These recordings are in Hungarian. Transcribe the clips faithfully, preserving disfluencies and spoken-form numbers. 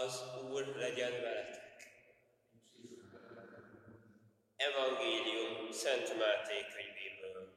Az Úr legyen veletek. Evangélium Szent Máté könyvéből.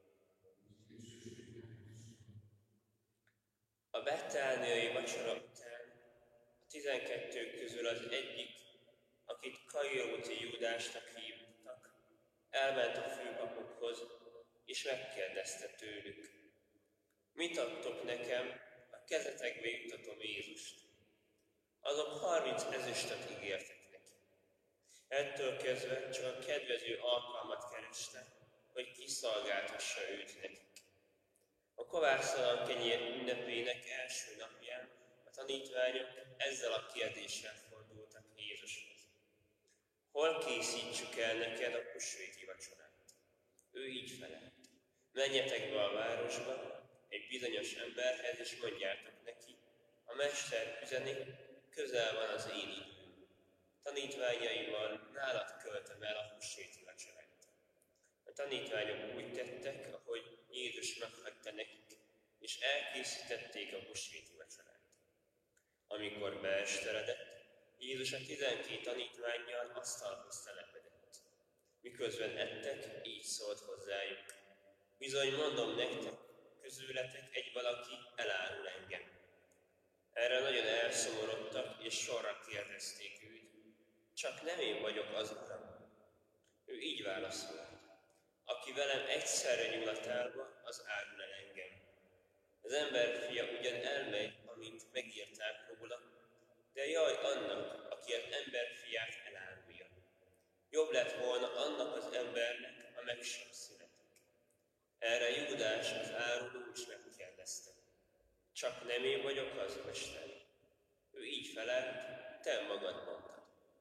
A betániai vacsora után a tizenkettők közül az egyik, akit Kairóti Júdásnak hívtak, elment a főpapokhoz, és megkérdezte tőlük: mit adtok nekem, a kezetekbe juttatom Jézust? Azok harminc ezüstöt ígértek neki. Ettől kezdve csak a kedvező alkalmat kereste, hogy kiszolgáltassa őt nekik. A kovásztalan kenyér ünnepének első napján a tanítványok ezzel a kérdéssel fordultak Jézushoz: hol készítsük el neked a húsvéti vacsorát? Ő így felelt: menjetek be a városba egy bizonyos emberhez, és mondjátok neki: a mester üzeni, közel van az én időm. Tanítványaival nálad költöm el a húsvéti vacsorát. A tanítványok úgy tettek, ahogy Jézus meghagyta nekik, és elkészítették a húsvéti vacsorát. Amikor beesteredett, Jézus a tizenkét tanítvánnyal asztalhoz telepedett. Miközben ettek, így szólt hozzájuk: bizony mondom nektek, közületek egy valaki elárul engem. Erre nagyon elszomorodtak, és sorra kérdezték őt: csak nem én vagyok az Uram? Ő így válaszolt: aki velem egyszerre nyúl a tálba, az árul el engem. Az emberfia ugyan elmegy, amint megírták róla, de jaj annak, aki az emberfiát elárulja. Jobb lett volna annak az embernek, ha meg sem születik. Erre Júdás az áruló is megkérdezte: csak nem én vagyok az, Mester? Ő így felelt: te magad mondtad.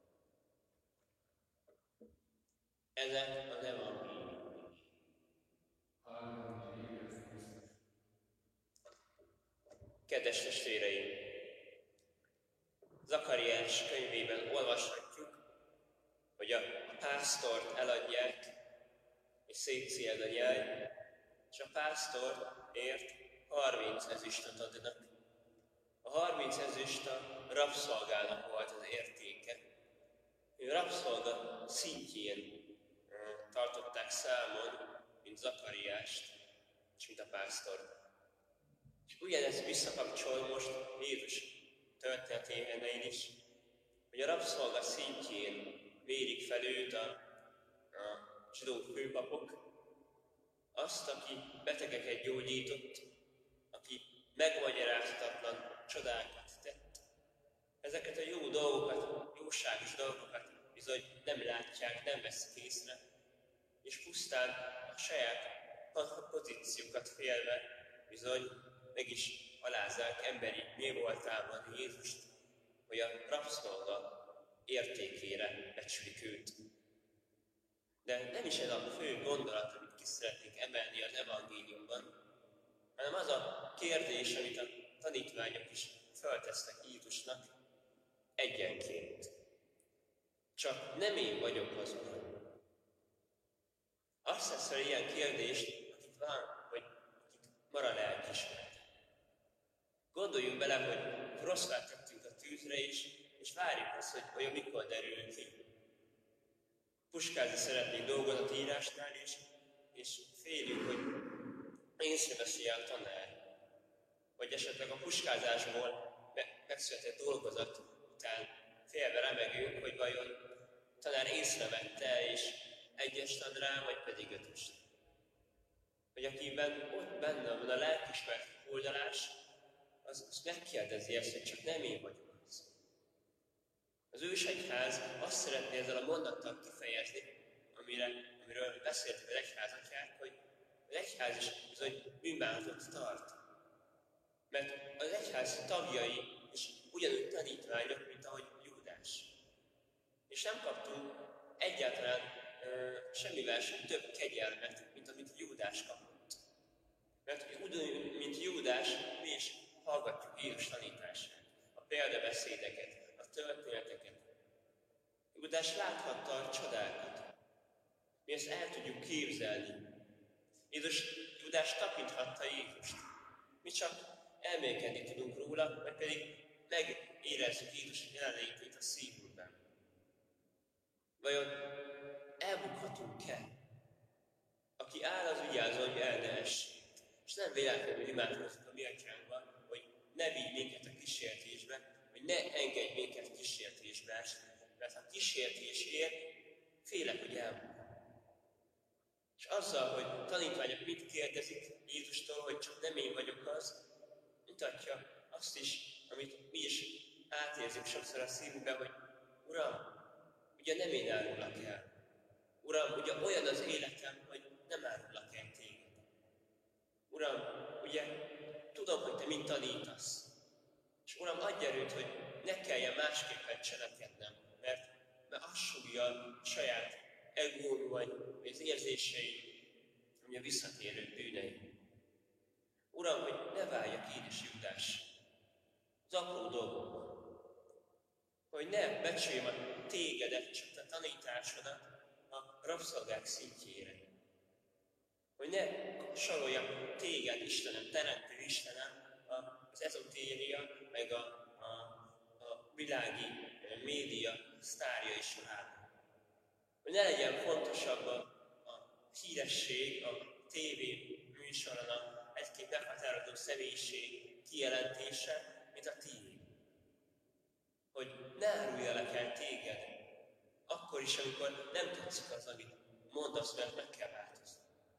Ezek az evangéliumok. Kedves testvéreim! Zakariás könyvében olvashatjuk, hogy a, a pásztort eladják, és szétszél a nyáj, és a pásztorért harminc ezüstöt adnak. A harminc ezüst a rabszolgának volt az értéke. Ő rabszolga szintjén tartották számon, mint Zakariást, és mint a pásztort. És ugyanez visszakapcsol most Jézus történetében is, hogy a rabszolga szintjén mérik fel őt a, a zsidó főpapok, azt, aki betegeket gyógyított, aki megmagyarázhatatlan csodákat tett. Ezeket a jó dolgokat, jóságos dolgokat bizony nem látják, nem veszik észre, és pusztán a saját pozíciókat félve bizony meg is alázzák emberi mi voltában Jézust, hogy a rabszolga értékére becsülik őt. De nem is ez a fő gondolat, amit ki szeretnék emelni az evangéliumban, hanem az a kérdés, amit a tanítványok is feltesznek Jézusnak egyenként. Csak nem én vagyok az Uram. Azt tesz fel ilyen kérdést, akik van, hogy akik marad lelkismert. Gondoljunk bele, hogy rosszvát tettünk a tűzre is, és várjuk azt, hogy olyan mikor derül ki. Puskázni szeretnénk dolgozatírásnál is, és félünk, hogy észreveszi a tanár. Vagy esetleg a puskázásból megszületett dolgozat után félve remegünk, hogy vajon a tanár észrevette, és egyes tan rá, vagy pedig ötös. Hogy akiben ott benne van a lelkismert oldalás, az, az megkérdezi ezt, hogy csak nem én vagyok az. Az ősegyház azt szeretné ezzel a mondattal kifejezni, amire, amiről beszéltük az egyházatyák, hogy az egyház is bizony bűnbánatot tart. Mert az egyház tagjai is ugyanúgy tanítványok, mint ahogy Júdás. És nem kaptunk egyáltalán ö, semmivel sem több kegyelmet, mint amit Júdás kapott. Mert ugyanúgy, mint Júdás, mi is hallgatjuk Jézus tanítását, a példabeszédeket, a történeteket. Júdás láthatta a csodákat. Mi ezt el tudjuk képzelni. Jézus, Júdás tapinthatta Jézust. Mi csak elmélkedni tudunk róla, vagy pedig érezzük Jézus jelenlétét a szívünkben. Vajon elbukhatunk-e? Aki áll, az vigyázzon, hogy el ne essék. És nem véletlenül imádkozik a mi atyánkban, hogy ne vigy minket a kísértésbe, hogy ne engedj minket kísértésbe esni. Mert ha kísértés ér, félek, hogy elbukunk. És azzal, hogy tanítványok mit kérdezik Jézustól, hogy csak nem én vagyok az, mutatja azt is, amit mi is átérzünk sokszor a szívünkben, hogy Uram, ugye nem én árulak el. Uram, ugye olyan az életem, hogy nem árulak el téged. Uram, ugye tudom, hogy te mit tanítasz. És Uram, adj erőt, hogy ne kelljen másképpen cselekednem, mert, mert az súgja a saját egóm, vagy az érzéseim, ami a visszatérő bűneim. Uram, hogy ne váljak én is Júdás az apró dolgokban. Hogy ne becsüljem a tégedet, csak a tanításodat a rabszolgák szintjére. Hogy ne soroljak téged, Istenem, teremtő Istenem, az ezotéria, meg a, a, a világi média sztárjai során. Hogy ne legyen fontosabb a, a híresség, a tévé műsoron a egy-két meghatározó személyiség kijelentése, mint a tiéd. Hogy ne áruljalak el téged, akkor is, amikor nem tetszik az, amit mondasz, mert meg kell változni.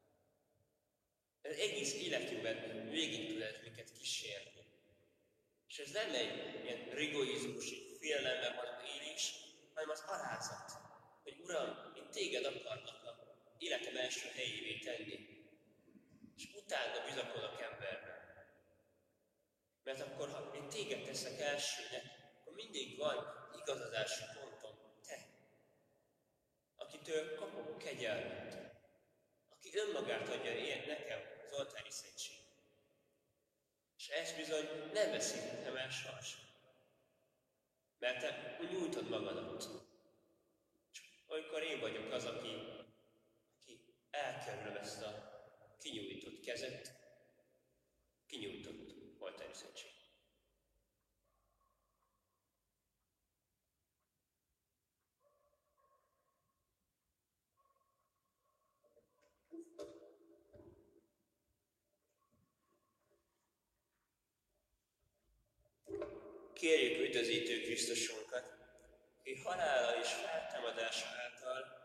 Ez egész életünkben végig tud ez minket kísérni. És ez nem egy ilyen rigoizmus, egy félelemben való élés, hanem az alázat, hogy Uram, én téged akarlak a életem első helyévé tenni, és utána bizakodok emberben. Mert akkor, ha én téged teszek elsőnek, akkor mindig van igazadási pontom, te, akitől kapok kegyelmet, aki önmagát adja én nekem az oltári szentség. És ezt bizony nem veszíthetem el sohasem. Mert te úgy nyújtod magadat. Csak olykor én vagyok az, aki, aki elkerülöm ezt a kinyújtott kezet, kinyújtott oltári szentség. Kérjük üdvözítő Krisztusunkat, aki halála és feltámadása által